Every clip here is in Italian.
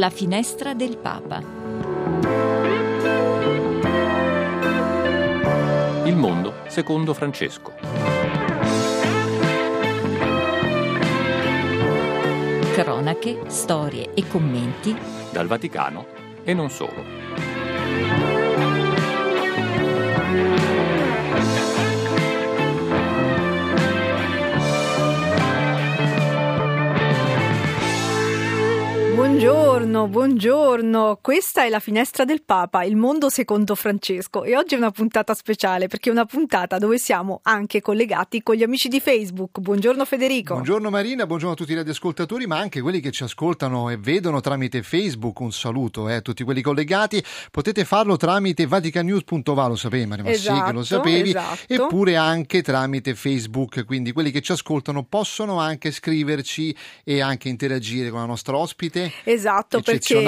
La finestra del Papa. Il mondo secondo Francesco. Cronache, storie e commenti Dal Vaticano e non solo. Buongiorno, questa è la finestra del Papa, il mondo secondo Francesco, e oggi è una puntata speciale perché è una puntata dove siamo anche collegati con gli amici di Facebook. Buongiorno Federico. Buongiorno Marina, buongiorno a tutti i radioascoltatori, ma anche quelli che ci ascoltano e vedono tramite Facebook. Un saluto a tutti quelli collegati. Potete farlo tramite vaticanews.va, lo sapevi Maria, esatto, sì che lo sapevi, esatto. Eppure anche tramite Facebook, quindi quelli che ci ascoltano possono anche scriverci e anche interagire con la nostra ospite. Esatto,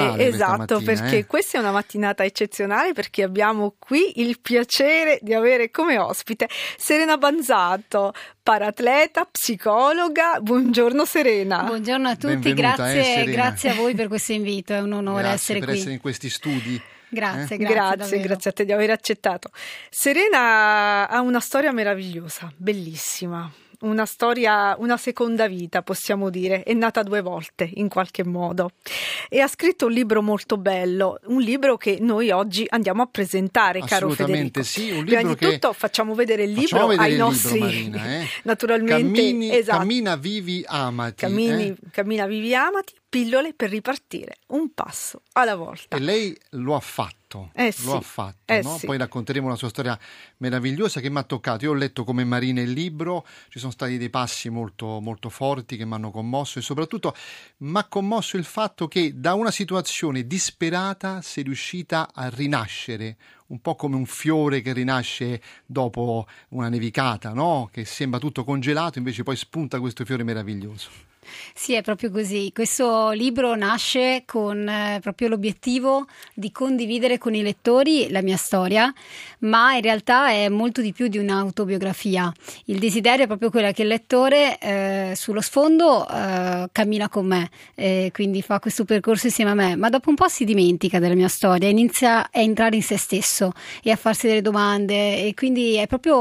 perché eh? Questa è una mattinata eccezionale perché abbiamo qui il piacere di avere come ospite Serena Banzato, paratleta, psicologa. Buongiorno Serena. Buongiorno a tutti, Benvenuta, grazie a voi per questo invito, è un onore essere per qui. essere in questi studi. Grazie a te di aver accettato. Serena ha una storia meravigliosa, bellissima. Una storia, una seconda vita, possiamo dire, è nata 2 volte in qualche modo e ha scritto un libro molto bello, un libro che noi oggi andiamo a presentare, caro Federico. Sì, un libro prima di tutto facciamo vedere il libro ai nostri Marina, naturalmente. Cammina, vivi, amati. Cammina, vivi, amati, pillole per ripartire un passo alla volta. E lei lo ha fatto. No? Sì. Poi racconteremo una sua storia meravigliosa che mi ha toccato. Io ho letto come Marina il libro, ci sono stati dei passi molto, molto forti che mi hanno commosso e soprattutto mi ha commosso il fatto che da una situazione disperata sei riuscita a rinascere, un po' come un fiore che rinasce dopo una nevicata, no? Che sembra tutto congelato, invece poi spunta questo fiore meraviglioso. Sì, è proprio così. Questo libro nasce con proprio l'obiettivo di condividere con i lettori la mia storia, ma in realtà è molto di più di un'autobiografia. Il desiderio è proprio quello che il lettore sullo sfondo cammina con me, quindi fa questo percorso insieme a me, ma dopo un po' si dimentica della mia storia, inizia a entrare in se stesso e a farsi delle domande, e quindi è proprio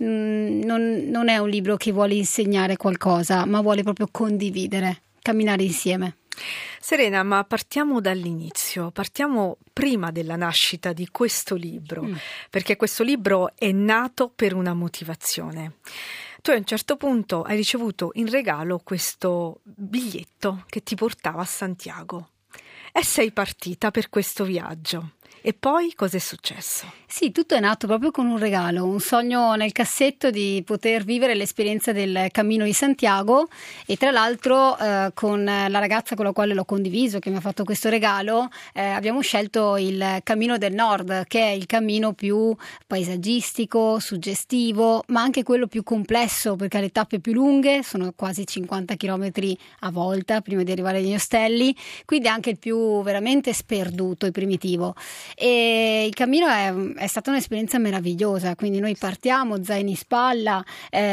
non è un libro che vuole insegnare qualcosa, ma vuole proprio condividere, camminare insieme. Serena, ma partiamo dall'inizio, partiamo prima della nascita di questo libro, perché questo libro è nato per una motivazione. Tu a un certo punto hai ricevuto in regalo questo biglietto che ti portava a Santiago e sei partita per questo viaggio. E poi cosa è successo? Sì, tutto è nato proprio con un regalo, un sogno nel cassetto di poter vivere l'esperienza del Cammino di Santiago, e tra l'altro con la ragazza con la quale l'ho condiviso, che mi ha fatto questo regalo, abbiamo scelto il Cammino del Nord, che è il cammino più paesaggistico, suggestivo, ma anche quello più complesso perché ha le tappe più lunghe, sono quasi 50 chilometri a volta prima di arrivare agli ostelli, quindi anche il più veramente sperduto e primitivo. E il cammino è stata un'esperienza meravigliosa, quindi noi partiamo zaini in spalla,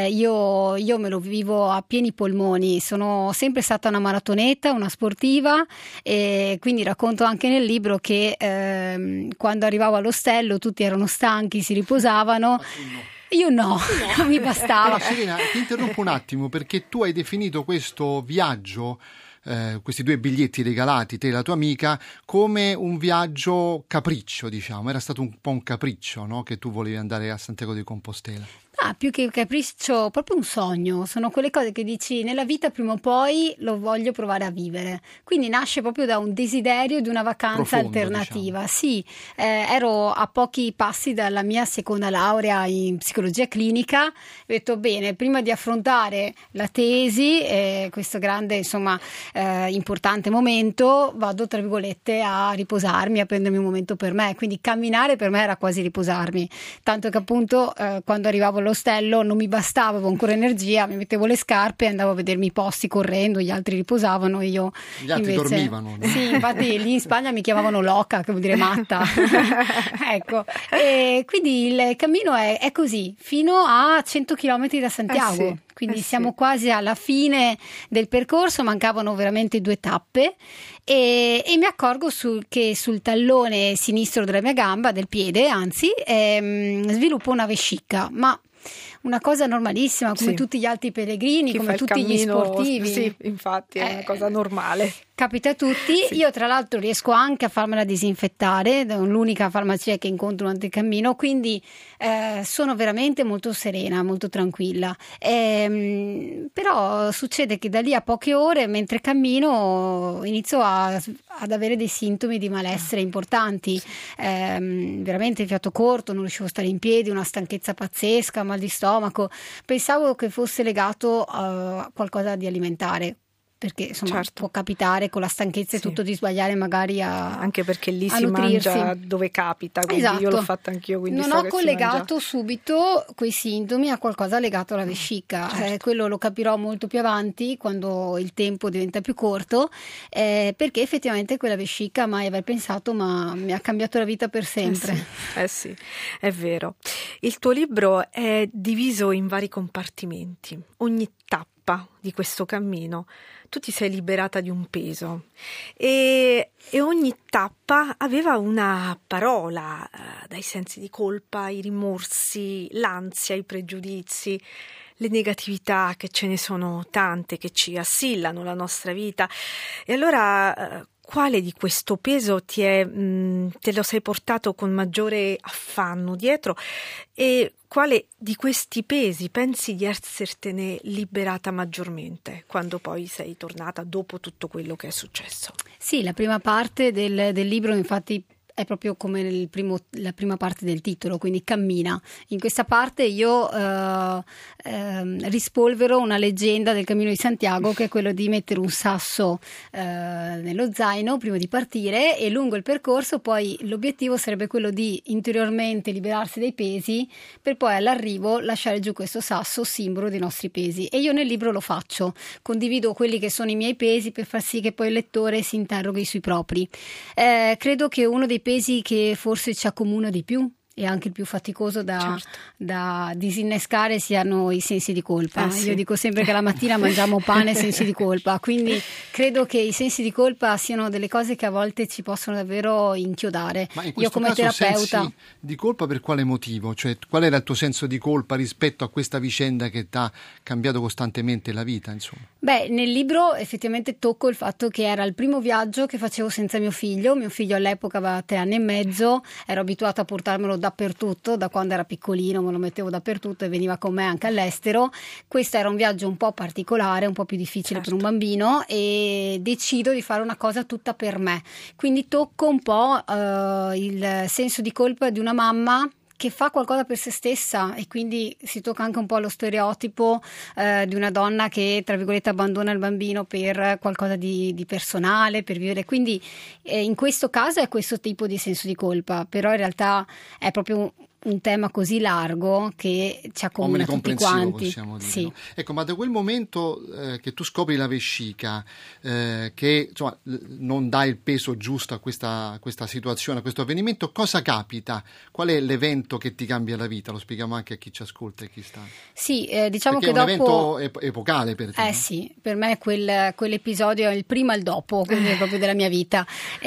io me lo vivo a pieni polmoni, sono sempre stata una maratoneta, una sportiva, e quindi racconto anche nel libro che quando arrivavo all'ostello tutti erano stanchi, si riposavano. Io no, non mi bastava. Serena, ti interrompo un attimo perché tu hai definito questo viaggio, questi 2 biglietti regalati te e la tua amica, come un viaggio capriccio, diciamo. Era stato un po' un capriccio, no? Che tu volevi andare a Santiago di Compostela. Più che capriccio, proprio un sogno. Sono quelle cose che dici nella vita prima o poi lo voglio provare a vivere. Quindi nasce proprio da un desiderio di una vacanza alternativa. Diciamo. Sì, ero a pochi passi dalla mia seconda laurea in psicologia clinica. Ho detto bene, prima di affrontare la tesi, questo grande, importante momento, vado tra virgolette a riposarmi, a prendermi un momento per me. Quindi camminare per me era quasi riposarmi. Tanto che appunto quando arrivavo all'ostello non mi bastava, avevo ancora energia, mi mettevo le scarpe e andavo a vedermi i posti correndo, gli altri riposavano, io gli altri invece dormivano, no? Sì, infatti lì in Spagna mi chiamavano loca, che vuol dire matta. Ecco, e quindi il cammino è così fino a 100 chilometri da Santiago. Sì. quindi sì. Siamo quasi alla fine del percorso, mancavano veramente 2 tappe e mi accorgo che sul tallone sinistro della mia gamba, del piede anzi, sviluppo una vescica, ma una cosa normalissima, come tutti gli altri pellegrini, Chi come fa il tutti gli cammino, sportivi. Sì, infatti è una cosa normale. Capita a tutti. Sì. Io tra l'altro riesco anche a farmela disinfettare, è l'unica farmacia che incontro durante il cammino, quindi sono veramente molto serena, molto tranquilla. Però succede che da lì a poche ore, mentre cammino, inizio ad avere dei sintomi di malessere importanti, veramente fiato corto, non riuscivo a stare in piedi, una stanchezza pazzesca, mal di stomaco. Pensavo che fosse legato a qualcosa di alimentare, perché insomma può capitare con la stanchezza e tutto di sbagliare magari anche perché lì si nutrirsi. Mangia dove capita, quindi io l'ho fatta anch'io, quindi non so ho che collegato subito quei sintomi a qualcosa legato alla vescica. Quello lo capirò molto più avanti, quando il tempo diventa più corto, perché effettivamente quella vescica, mai aver pensato, ma mi ha cambiato la vita per sempre. Sì, è vero. Il tuo libro è diviso in vari compartimenti. Ogni tappa di questo cammino tu ti sei liberata di un peso e ogni tappa aveva una parola, dai sensi di colpa, ai rimorsi, l'ansia, i pregiudizi, le negatività, che ce ne sono tante che ci assillano la nostra vita. E allora quale di questo peso te lo sei portato con maggiore affanno dietro, e quale di questi pesi pensi di essertene liberata maggiormente quando poi sei tornata dopo tutto quello che è successo? Sì, la prima parte del libro infatti è proprio come la prima parte del titolo, quindi cammina. In questa parte io rispolvero una leggenda del Cammino di Santiago, che è quello di mettere un sasso nello zaino prima di partire, e lungo il percorso poi l'obiettivo sarebbe quello di interiormente liberarsi dei pesi, per poi all'arrivo lasciare giù questo sasso, simbolo dei nostri pesi. E io nel libro lo faccio, condivido quelli che sono i miei pesi per far sì che poi il lettore si interroghi sui propri. Credo che uno dei pesi che forse ci accomuna di più e anche il più faticoso da disinnescare siano i sensi di colpa. Io dico sempre che la mattina mangiamo pane e sensi di colpa, quindi credo che i sensi di colpa siano delle cose che a volte ci possono davvero inchiodare. Ma in questo Io come caso terapeuta. Sensi di colpa per quale motivo? Cioè, qual era il tuo senso di colpa rispetto a questa vicenda che ti ha cambiato costantemente la vita, insomma? Beh, nel libro effettivamente tocco il fatto che era il primo viaggio che facevo senza mio figlio. Mio figlio all'epoca aveva 3 anni e mezzo, ero abituata a portarmelo dappertutto, da quando era piccolino me lo mettevo dappertutto e veniva con me anche all'estero. Questo era un viaggio un po' particolare, un po' più difficile per un bambino, e decido di fare una cosa tutta per me. Quindi tocco un po' il senso di colpa di una mamma che fa qualcosa per se stessa, e quindi si tocca anche un po' lo stereotipo di una donna che, tra virgolette, abbandona il bambino per qualcosa di personale, per vivere. Quindi in questo caso è questo tipo di senso di colpa, però in realtà è proprio un tema così largo che ci accomuna tutti quanti. Possiamo dire, sì. No? Ecco, ma da quel momento che tu scopri la vescica, che insomma non dà il peso giusto a questa situazione, a questo avvenimento, cosa capita? Qual è l'evento che ti cambia la vita? Lo spieghiamo anche a chi ci ascolta e chi sta. Sì, diciamo perché che è un dopo evento epocale per te. No? Sì, per me quell'episodio è il prima e il dopo, quindi proprio della mia vita.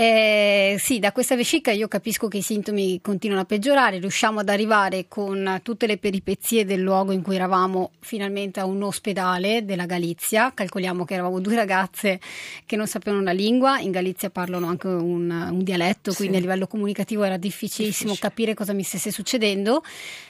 Sì, da questa vescica io capisco che i sintomi continuano a peggiorare, riusciamo ad arrivare con tutte le peripezie del luogo in cui eravamo finalmente a un ospedale della Galizia. Calcoliamo che eravamo 2 ragazze che non sapevano la lingua, in Galizia parlano anche un dialetto, quindi a livello comunicativo era difficilissimo capire cosa mi stesse succedendo.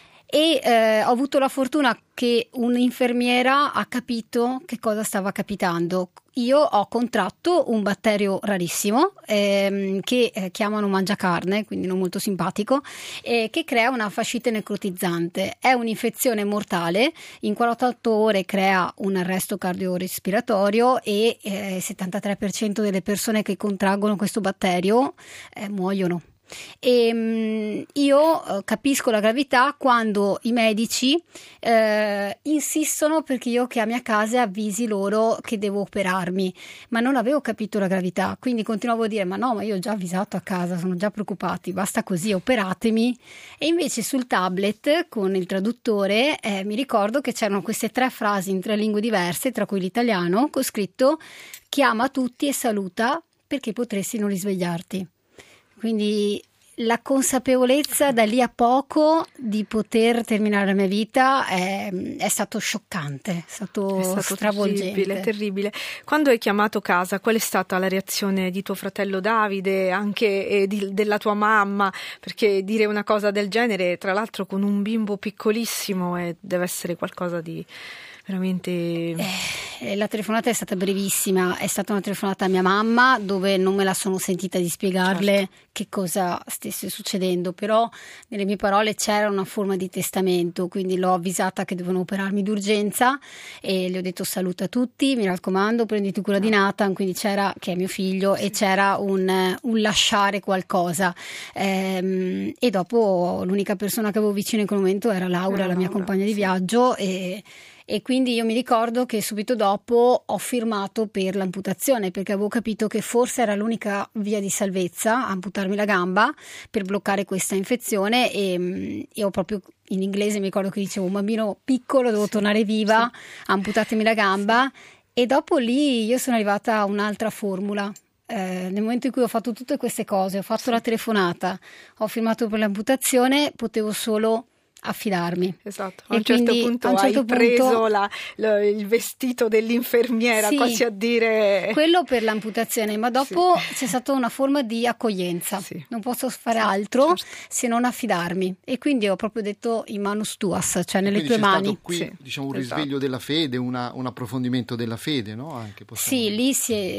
E ho avuto la fortuna che un'infermiera ha capito che cosa stava capitando. Io ho contratto un batterio rarissimo che chiamano mangiacarne, quindi non molto simpatico, che crea una fascite necrotizzante. È un'infezione mortale, in 48 ore crea un arresto cardiorespiratorio e il 73% delle persone che contraggono questo batterio muoiono. E io capisco la gravità quando i medici insistono perché io chiami a casa e avvisi loro che devo operarmi, ma non avevo capito la gravità, quindi continuavo a dire ma io ho già avvisato a casa, sono già preoccupati, basta così, operatemi. E invece sul tablet con il traduttore mi ricordo che c'erano queste 3 frasi in 3 lingue diverse, tra cui l'italiano, con scritto chiama tutti e saluta perché potresti non risvegliarti. Quindi la consapevolezza da lì a poco di poter terminare la mia vita è stato scioccante, è stato stravolgente. Terribile. Quando hai chiamato casa, qual è stata la reazione di tuo fratello Davide, anche della tua mamma? Perché dire una cosa del genere, tra l'altro con un bimbo piccolissimo, deve essere qualcosa di veramente... La telefonata è stata brevissima, è stata una telefonata a mia mamma dove non me la sono sentita di spiegarle che cosa stesse succedendo, però nelle mie parole c'era una forma di testamento, quindi l'ho avvisata che devono operarmi d'urgenza e le ho detto saluta tutti, mi raccomando prenditi cura di Nathan, quindi c'era, che è mio figlio, e c'era un lasciare qualcosa, e dopo l'unica persona che avevo vicino in quel momento era Laura, la mia compagna di viaggio, e quindi io mi ricordo che subito dopo ho firmato per l'amputazione perché avevo capito che forse era l'unica via di salvezza, amputarmi la gamba per bloccare questa infezione, e ho proprio in inglese mi ricordo che dicevo un bambino piccolo, devo tornare viva, amputatemi la gamba, e dopo lì io sono arrivata a un'altra formula. Nel momento in cui ho fatto tutte queste cose, ho fatto la telefonata, ho firmato per l'amputazione, potevo solo affidarmi. Esatto, a un certo punto hai preso il vestito dell'infermiera, quasi a dire... Quello per l'amputazione, ma dopo c'è stata una forma di accoglienza, non posso fare altro se non affidarmi, e quindi ho proprio detto in manus tuas, cioè nelle tue mani. Stato qui, diciamo, un risveglio della fede, un approfondimento della fede, no? Anche lì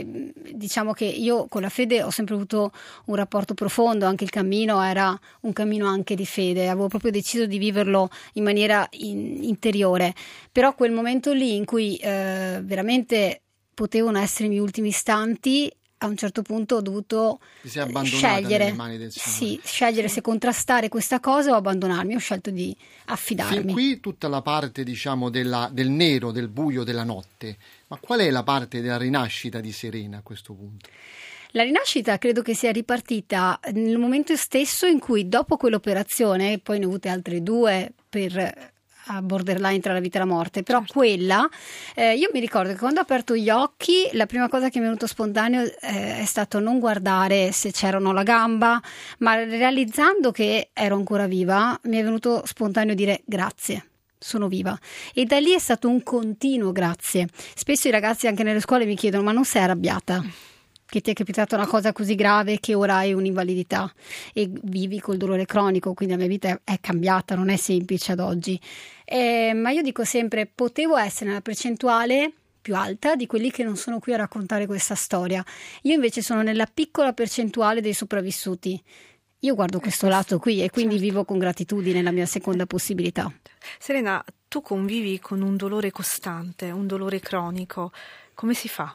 diciamo che io con la fede ho sempre avuto un rapporto profondo, anche il cammino era un cammino anche di fede, avevo proprio deciso di viverlo in maniera interiore, però quel momento lì in cui veramente potevano essere i miei ultimi istanti, a un certo punto ho dovuto scegliere nelle mani del Signore. Scegliere se contrastare questa cosa o abbandonarmi. Ho scelto di affidarmi. Fin qui tutta la parte, diciamo, del nero, del buio, della notte, ma qual è la parte della rinascita di Serena a questo punto? La rinascita credo che sia ripartita nel momento stesso in cui, dopo quell'operazione, poi ne ho avute altre 2 per borderline tra la vita e la morte, però quella, io mi ricordo che quando ho aperto gli occhi la prima cosa che mi è venuto spontaneo è stato non guardare se c'erano la gamba, ma realizzando che ero ancora viva mi è venuto spontaneo dire grazie. Sono viva, e da lì è stato un continuo grazie. Spesso i ragazzi anche nelle scuole mi chiedono ma non sei arrabbiata che ti è capitata una cosa così grave che ora hai un'invalidità e vivi col dolore cronico, quindi la mia vita è cambiata, non è semplice ad oggi, ma io dico sempre potevo essere nella percentuale più alta di quelli che non sono qui a raccontare questa storia, io invece sono nella piccola percentuale dei sopravvissuti. Io guardo questo lato qui e quindi vivo con gratitudine la mia seconda possibilità. Serena, tu convivi con un dolore costante, un dolore cronico, come si fa?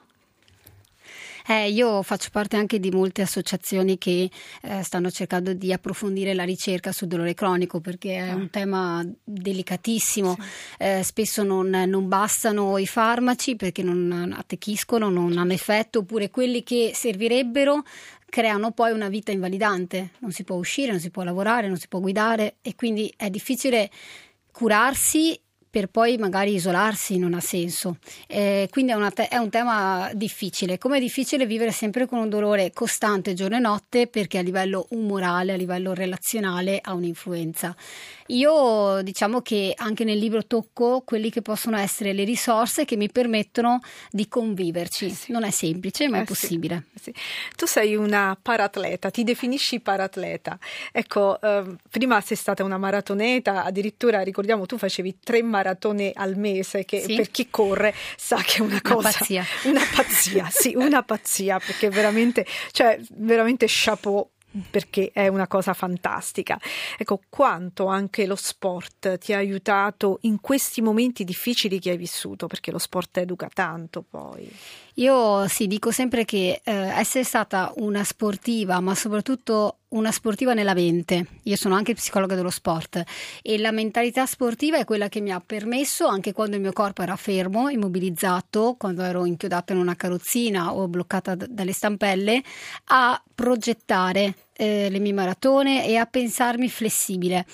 Io faccio parte anche di molte associazioni che stanno cercando di approfondire la ricerca sul dolore cronico perché è un tema delicatissimo. Spesso non bastano i farmaci perché non attecchiscono, non hanno effetto, oppure quelli che servirebbero creano poi una vita invalidante. Non si può uscire, non si può lavorare, non si può guidare e quindi è difficile curarsi per poi magari isolarsi, non ha senso. Quindi è un tema difficile. Come è difficile vivere sempre con un dolore costante giorno e notte perché a livello umorale, a livello relazionale ha un'influenza. Io diciamo che anche nel libro tocco quelli che possono essere le risorse che mi permettono di conviverci. Non è semplice, ma è possibile. Sì. Tu sei una paratleta, ti definisci paratleta. Ecco, prima sei stata una maratoneta, addirittura ricordiamo tu facevi 3 maratone al mese, che per chi corre sa che è una cosa... Una pazzia, perché veramente chapeau, perché è una cosa fantastica. Ecco, quanto anche lo sport ti ha aiutato in questi momenti difficili che hai vissuto, perché lo sport educa tanto poi. Io dico sempre che essere stata una sportiva, ma soprattutto una sportiva nella mente, io sono anche psicologa dello sport e la mentalità sportiva è quella che mi ha permesso, anche quando il mio corpo era fermo, immobilizzato, quando ero inchiodata in una carrozzina o bloccata dalle stampelle, a progettare le mie maratone e a pensarmi flessibile.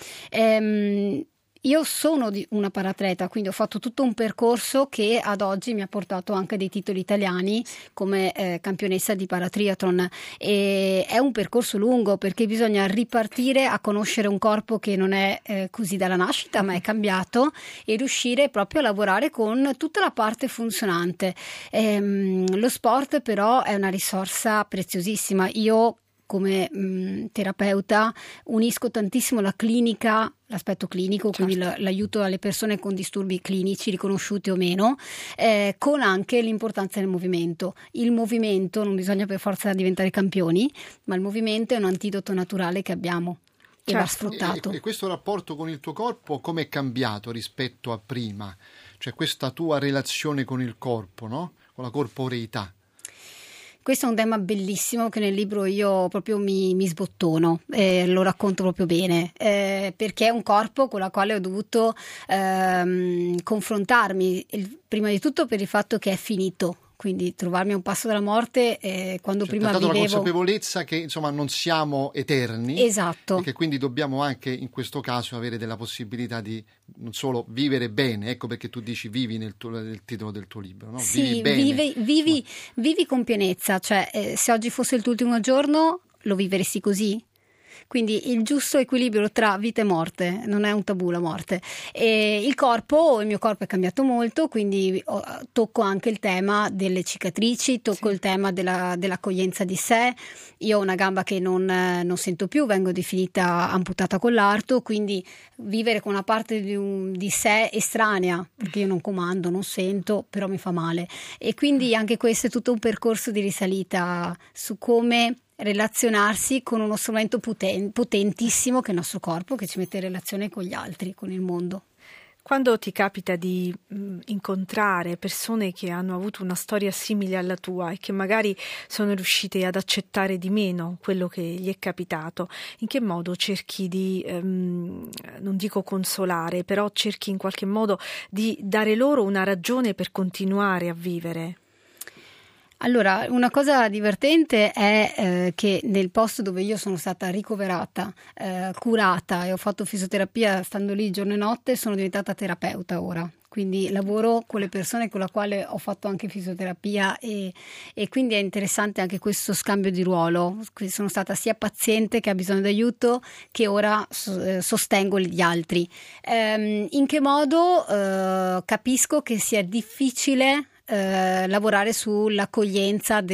Io sono una paratleta, quindi ho fatto tutto un percorso che ad oggi mi ha portato anche dei titoli italiani come campionessa di paratriathlon, e è un percorso lungo perché bisogna ripartire a conoscere un corpo che non è così dalla nascita ma è cambiato, e riuscire proprio a lavorare con tutta la parte funzionante. Lo sport però è una risorsa preziosissima. Io come terapeuta unisco tantissimo la clinica, l'aspetto clinico, certo, quindi l'aiuto alle persone con disturbi clinici riconosciuti o meno, con anche l'importanza del movimento. Il movimento, non bisogna per forza diventare campioni, ma il movimento è un antidoto naturale che abbiamo e certo, va sfruttato. E questo rapporto con il tuo corpo come è cambiato rispetto a prima? Cioè questa tua relazione con il corpo, no? Con la corporeità. Questo è un tema bellissimo che nel libro io proprio mi sbottono, lo racconto proprio bene, perché è un corpo con il quale ho dovuto confrontarmi, prima di tutto per il fatto che è finito. Quindi trovarmi a un passo dalla morte quando prima vivevo... la consapevolezza che insomma non siamo eterni. Esatto. E che quindi dobbiamo anche in questo caso avere della possibilità di non solo vivere bene, ecco perché tu dici vivi nel titolo del tuo libro, no? Sì, vivi bene. Vivi con pienezza, cioè se oggi fosse il tuo ultimo giorno lo vivresti così? Quindi il giusto equilibrio tra vita e morte, non è un tabù la morte. E il mio corpo è cambiato molto, quindi tocco anche il tema delle cicatrici, tocco il tema dell'accoglienza di sé. Io ho una gamba che non sento più, vengo definita amputata con l'arto, quindi vivere con una parte di sé estranea, perché io non comando, non sento, però mi fa male. E quindi anche questo è tutto un percorso di risalita su come relazionarsi con uno strumento potentissimo che è il nostro corpo, che ci mette in relazione con gli altri, con il mondo. Quando ti capita di incontrare persone che hanno avuto una storia simile alla tua e che magari sono riuscite ad accettare di meno quello che gli è capitato, in che modo cerchi di, non dico consolare, però cerchi in qualche modo di dare loro una ragione per continuare a vivere? Allora, una cosa divertente è che nel posto dove io sono stata ricoverata, curata e ho fatto fisioterapia stando lì giorno e notte, sono diventata terapeuta ora. Quindi lavoro con le persone con le quali ho fatto anche fisioterapia e quindi è interessante anche questo scambio di ruolo. Sono stata sia paziente che ha bisogno d'aiuto, che ora sostengo gli altri. In che modo capisco che sia difficile lavorare sull'accoglienza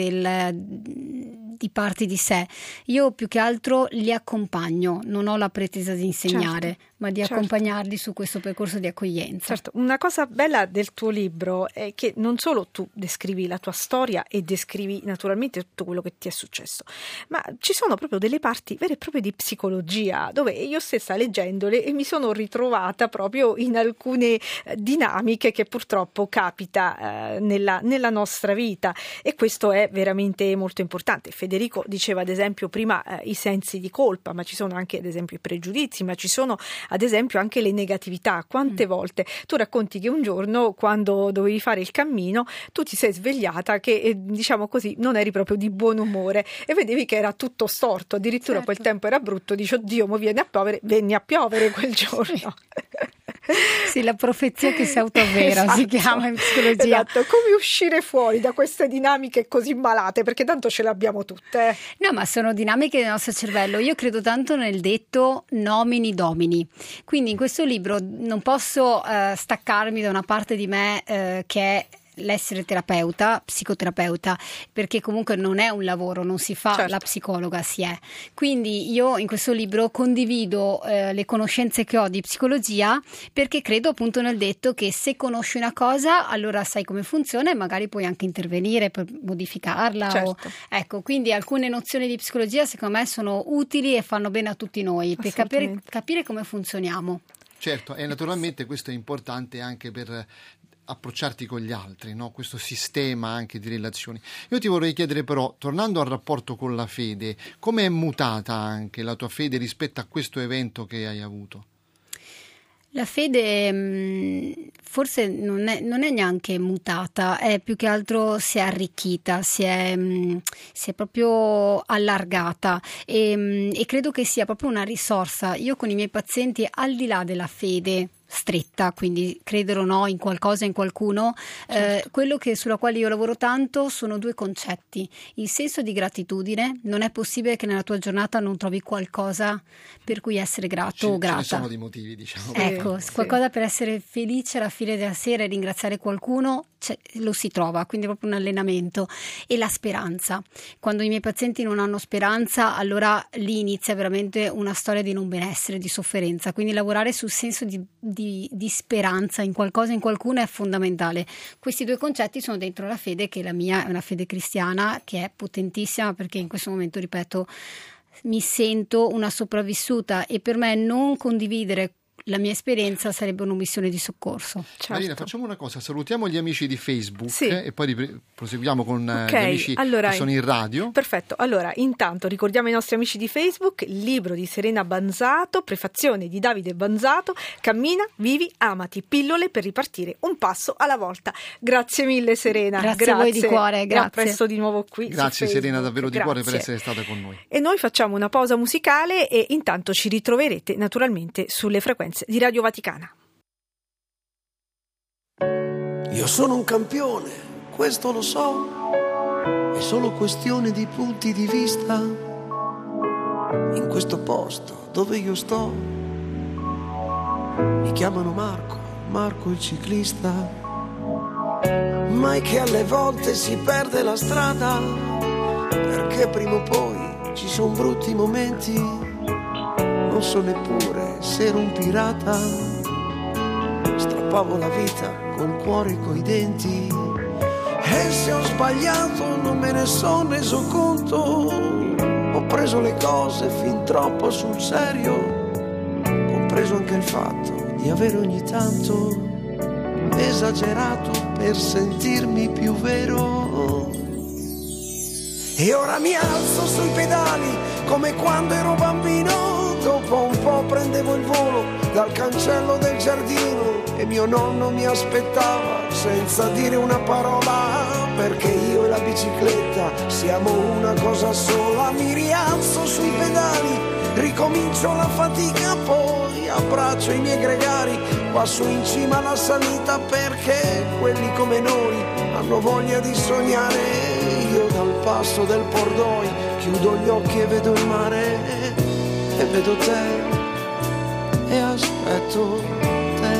di parti di sé. Io più che altro li accompagno, non ho la pretesa di insegnare, certo, ma di accompagnarli su questo percorso di accoglienza. Certo, una cosa bella del tuo libro è che non solo tu descrivi la tua storia e descrivi naturalmente tutto quello che ti è successo, ma ci sono proprio delle parti vere e proprie di psicologia, dove io stessa leggendole e mi sono ritrovata proprio in alcune dinamiche che purtroppo capita nella nostra vita, e questo è veramente molto importante. Federico diceva ad esempio prima i sensi di colpa, ma ci sono anche ad esempio i pregiudizi, ma ci sono ad esempio anche le negatività. Quante volte tu racconti che un giorno, quando dovevi fare il cammino, tu ti sei svegliata che diciamo così non eri proprio di buon umore e vedevi che era tutto storto, addirittura poi il tempo era brutto, dici oddio, mo viene a piovere quel giorno. Sì, la profezia che si autoavvera, si chiama in psicologia. Esatto, come uscire fuori da queste dinamiche così malate, perché tanto ce le abbiamo tutte. No, ma sono dinamiche del nostro cervello. Io credo tanto nel detto nomini domini. Quindi in questo libro non posso staccarmi da una parte di me che è l'essere terapeuta, psicoterapeuta, perché comunque non è un lavoro, non si fa la psicologa, si è. Quindi io in questo libro condivido le conoscenze che ho di psicologia, perché credo appunto nel detto che se conosci una cosa allora sai come funziona e magari puoi anche intervenire per modificarla. Certo. Ecco, quindi alcune nozioni di psicologia secondo me sono utili e fanno bene a tutti noi per capire come funzioniamo. Certo, e naturalmente questo è importante anche per approcciarti con gli altri, no? Questo sistema anche di relazioni. Io ti vorrei chiedere però, tornando al rapporto con la fede, come è mutata anche la tua fede rispetto a questo evento che hai avuto? La fede forse non è neanche mutata, è più che altro si è arricchita, si è proprio allargata e credo che sia proprio una risorsa. Io con i miei pazienti, al di là della fede stretta, quindi credere o no in qualcosa, in qualcuno, certo. Quello sulla quale io lavoro tanto sono due concetti: il senso di gratitudine. Non è possibile che nella tua giornata non trovi qualcosa per cui essere grato o grata. Ce ne sono dei motivi, diciamo. Ecco, sì. Qualcosa per essere felice alla fine della sera e ringraziare qualcuno, lo si trova, quindi è proprio un allenamento. E la speranza. Quando i miei pazienti non hanno speranza, allora lì inizia veramente una storia di non benessere, di sofferenza, quindi lavorare sul senso di speranza in qualcosa, in qualcuno è fondamentale. Questi due concetti sono dentro la fede, che la mia è una fede cristiana che è potentissima, perché in questo momento, ripeto, mi sento una sopravvissuta e per me non condividere la mia esperienza sarebbe un'omissione di soccorso. Certo. Marina, facciamo una cosa, salutiamo gli amici di Facebook, sì. E poi proseguiamo con gli amici che sono in radio. Perfetto, allora intanto ricordiamo i nostri amici di Facebook: libro di Serena Banzato, prefazione di Davide Banzato, Cammina, vivi, amati, pillole per ripartire un passo alla volta. Grazie mille Serena. Grazie a voi di cuore, grazie. A presto di nuovo qui. Grazie Serena, davvero di cuore per essere stata con noi. E noi facciamo una pausa musicale e intanto ci ritroverete naturalmente sulle frequenze di Radio Vaticana. Io sono un campione, questo lo so, è solo questione di punti di vista. In questo posto dove io sto mi chiamano Marco il ciclista, ma è che alle volte si perde la strada, perché prima o poi ci sono brutti momenti. Non so neppure se ero un pirata, strappavo la vita col cuore e coi denti, e se ho sbagliato non me ne sono reso conto. Ho preso le cose fin troppo sul serio, compreso anche il fatto di avere ogni tanto esagerato per sentirmi più vero. E ora mi alzo sui pedali come quando ero bambino. Dopo un po' prendevo il volo dal cancello del giardino e mio nonno mi aspettava senza dire una parola, perché io e la bicicletta siamo una cosa sola. Mi rialzo sui pedali, ricomincio la fatica, poi abbraccio i miei gregari qua su in cima alla salita, perché quelli come noi hanno voglia di sognare. Io dal passo del Pordoi chiudo gli occhi e vedo il mare, e vedo te e aspetto te.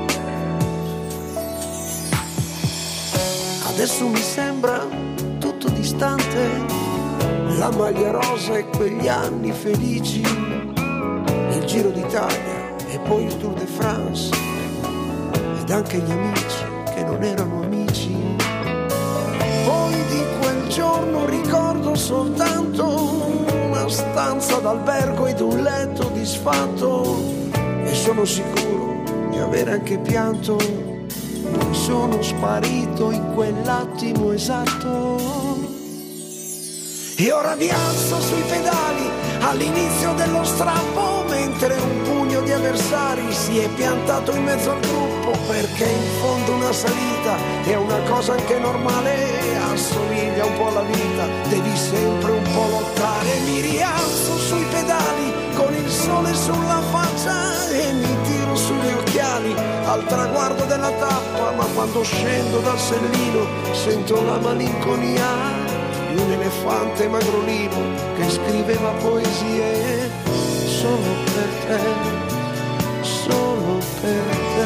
Adesso mi sembra tutto distante, la maglia rosa e quegli anni felici, il Giro d'Italia e poi il Tour de France, ed anche gli amici che non erano amici. Poi di quel giorno ricordo soltanto una stanza d'albergo ed un letto disfatto, e sono sicuro di avere anche pianto. Poi sono sparito in quell'attimo esatto. E ora mi alzo sui pedali all'inizio dello strappo, mentre un pugno di avversari si è piantato in mezzo al gruppo, perché in fondo una salita è una cosa anche normale, assomiglia un po' alla vita, devi sempre un po' lottare. Mi rialzo sui pedali con il sole sulla faccia e mi tiro sugli occhiali al traguardo della tappa, ma quando scendo dal sellino sento la malinconia di un elefante magrolino che scriveva poesie solo per te, solo per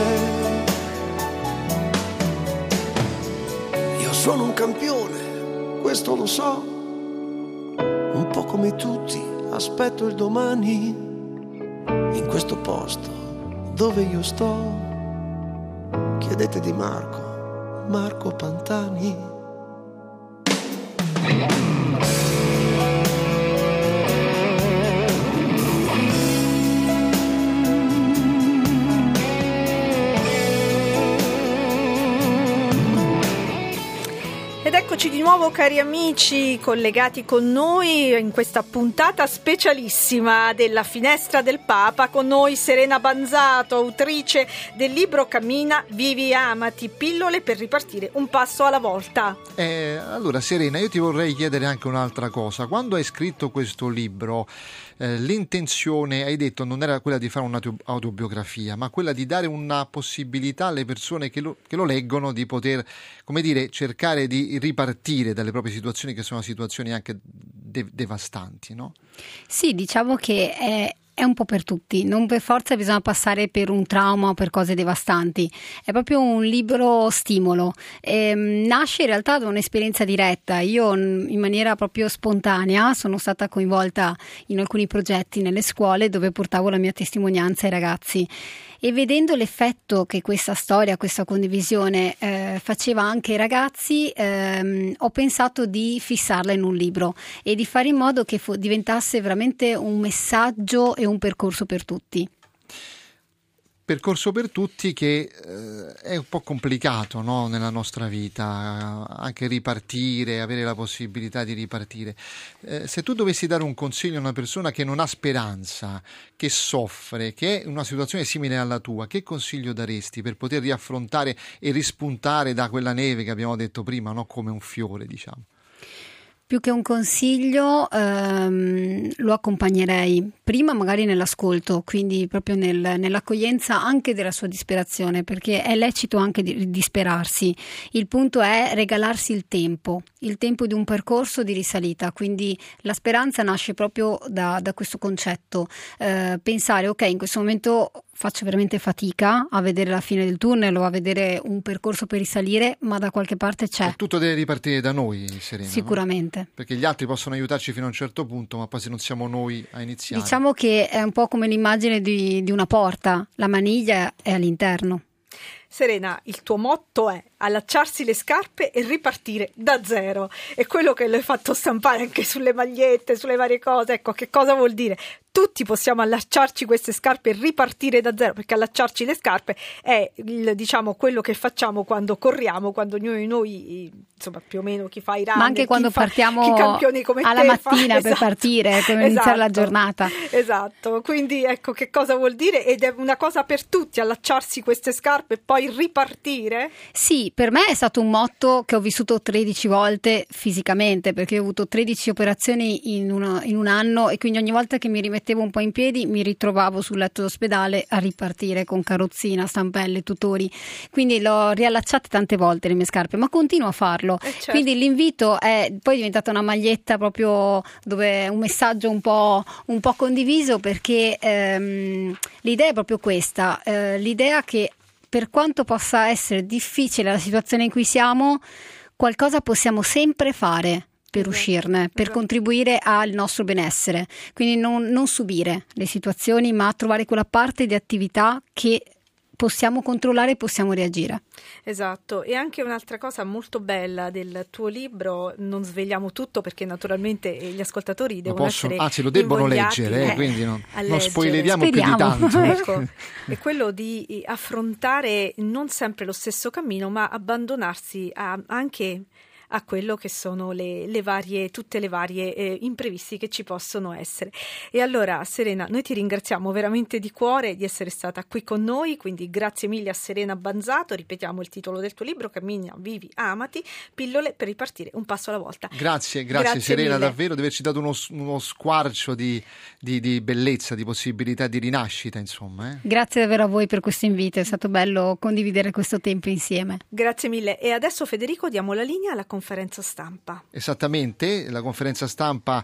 te. Io sono un campione, questo lo so, un po' come tutti aspetto il domani. In questo posto dove io sto chiedete di Marco Pantani. eccoci di nuovo cari amici collegati con noi in questa puntata specialissima della Finestra del Papa. Con noi Serena Banzato, autrice del libro Cammina, vivi, amati, pillole per ripartire un passo alla volta. Allora Serena, io ti vorrei chiedere anche un'altra cosa. Quando hai scritto questo libro, l'intenzione, hai detto, non era quella di fare un'autobiografia, ma quella di dare una possibilità alle persone che lo leggono di poter, come dire, cercare di ripartire dalle proprie situazioni, che sono situazioni anche devastanti, no? Sì, diciamo che è un po' per tutti, non per forza bisogna passare per un trauma o per cose devastanti, è proprio un libro stimolo, nasce in realtà da un'esperienza diretta. Io in maniera proprio spontanea sono stata coinvolta in alcuni progetti nelle scuole dove portavo la mia testimonianza ai ragazzi, e vedendo l'effetto che questa storia, questa condivisione faceva anche ai ragazzi, ho pensato di fissarla in un libro e di fare in modo che diventasse veramente un messaggio e un percorso per tutti. Percorso per tutti che è un po' complicato, no? Nella nostra vita, anche ripartire, avere la possibilità di ripartire. Se tu dovessi dare un consiglio a una persona che non ha speranza, che soffre, che è in una situazione simile alla tua, che consiglio daresti per poter riaffrontare e rispuntare da quella neve che abbiamo detto prima, no? Come un fiore, diciamo? Più che un consiglio lo accompagnerei prima magari nell'ascolto, quindi proprio nell'accoglienza anche della sua disperazione, perché è lecito anche di disperarsi. Il punto è regalarsi il tempo di un percorso di risalita, quindi la speranza nasce proprio da questo concetto, pensare ok, in questo momento faccio veramente fatica a vedere la fine del tunnel o a vedere un percorso per risalire, ma da qualche parte c'è. Tutto deve ripartire da noi, Serena. Sicuramente. No? Perché gli altri possono aiutarci fino a un certo punto, ma poi se non siamo noi a iniziare. Diciamo che è un po' come l'immagine di una porta, la maniglia è all'interno. Serena, il tuo motto è allacciarsi le scarpe e ripartire da zero. È quello che l'hai fatto stampare anche sulle magliette, sulle varie cose. Ecco, che cosa vuol dire? Tutti possiamo allacciarci queste scarpe e ripartire da zero, perché allacciarci le scarpe è quello che facciamo quando corriamo, quando ognuno di noi, insomma, più o meno chi fa i runner, ma anche quando partiamo alla mattina per partire, per iniziare la giornata. Esatto, quindi ecco che cosa vuol dire, ed è una cosa per tutti, allacciarsi queste scarpe e poi ripartire? Sì, per me è stato un motto che ho vissuto 13 volte fisicamente, perché ho avuto 13 operazioni in un anno, e quindi ogni volta che mi rimettevo un po' in piedi mi ritrovavo sul letto d'ospedale a ripartire con carrozzina, stampelle, tutori, quindi l'ho riallacciate tante volte le mie scarpe, ma continuo a farlo. Certo. Quindi l'invito è poi diventata una maglietta proprio dove un messaggio un po' condiviso, perché l'idea è proprio questa, l'idea che per quanto possa essere difficile la situazione in cui siamo, qualcosa possiamo sempre fare per uscirne, per contribuire al nostro benessere. Quindi non subire le situazioni, ma trovare quella parte di attività che possiamo controllare e possiamo reagire. Esatto, e anche un'altra cosa molto bella del tuo libro, non svegliamo tutto perché naturalmente gli ascoltatori devono essere anzi lo debbono leggere, quindi non spoileriamo più di tanto. Ecco, è quello di affrontare non sempre lo stesso cammino, ma abbandonarsi anche a quello che sono tutte le varie imprevisti che ci possono essere. E allora Serena, noi ti ringraziamo veramente di cuore di essere stata qui con noi, quindi grazie mille a Serena Banzato. Ripetiamo il titolo del tuo libro: Cammina, vivi, amati, pillole per ripartire un passo alla volta. Grazie Serena, mille. Davvero di averci dato uno squarcio di bellezza, di possibilità di rinascita, insomma. Grazie davvero a voi per questo invito, è stato bello condividere questo tempo insieme. Grazie mille. E adesso Federico diamo la linea alla conferenza stampa. Esattamente, la conferenza stampa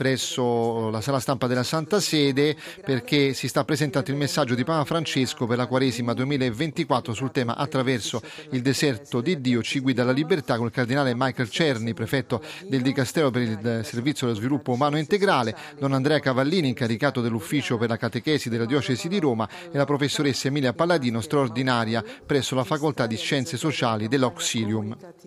presso la sala stampa della Santa Sede, perché si sta presentando il messaggio di Papa Francesco per la Quaresima 2024 sul tema Attraverso il deserto di Dio ci guida la libertà, con il cardinale Michael Cerny, prefetto del Dicastero per il Servizio dello Sviluppo Umano Integrale, don Andrea Cavallini, incaricato dell'ufficio per la catechesi della Diocesi di Roma, e la professoressa Emilia Palladino, straordinaria presso la Facoltà di Scienze Sociali dell'Auxilium.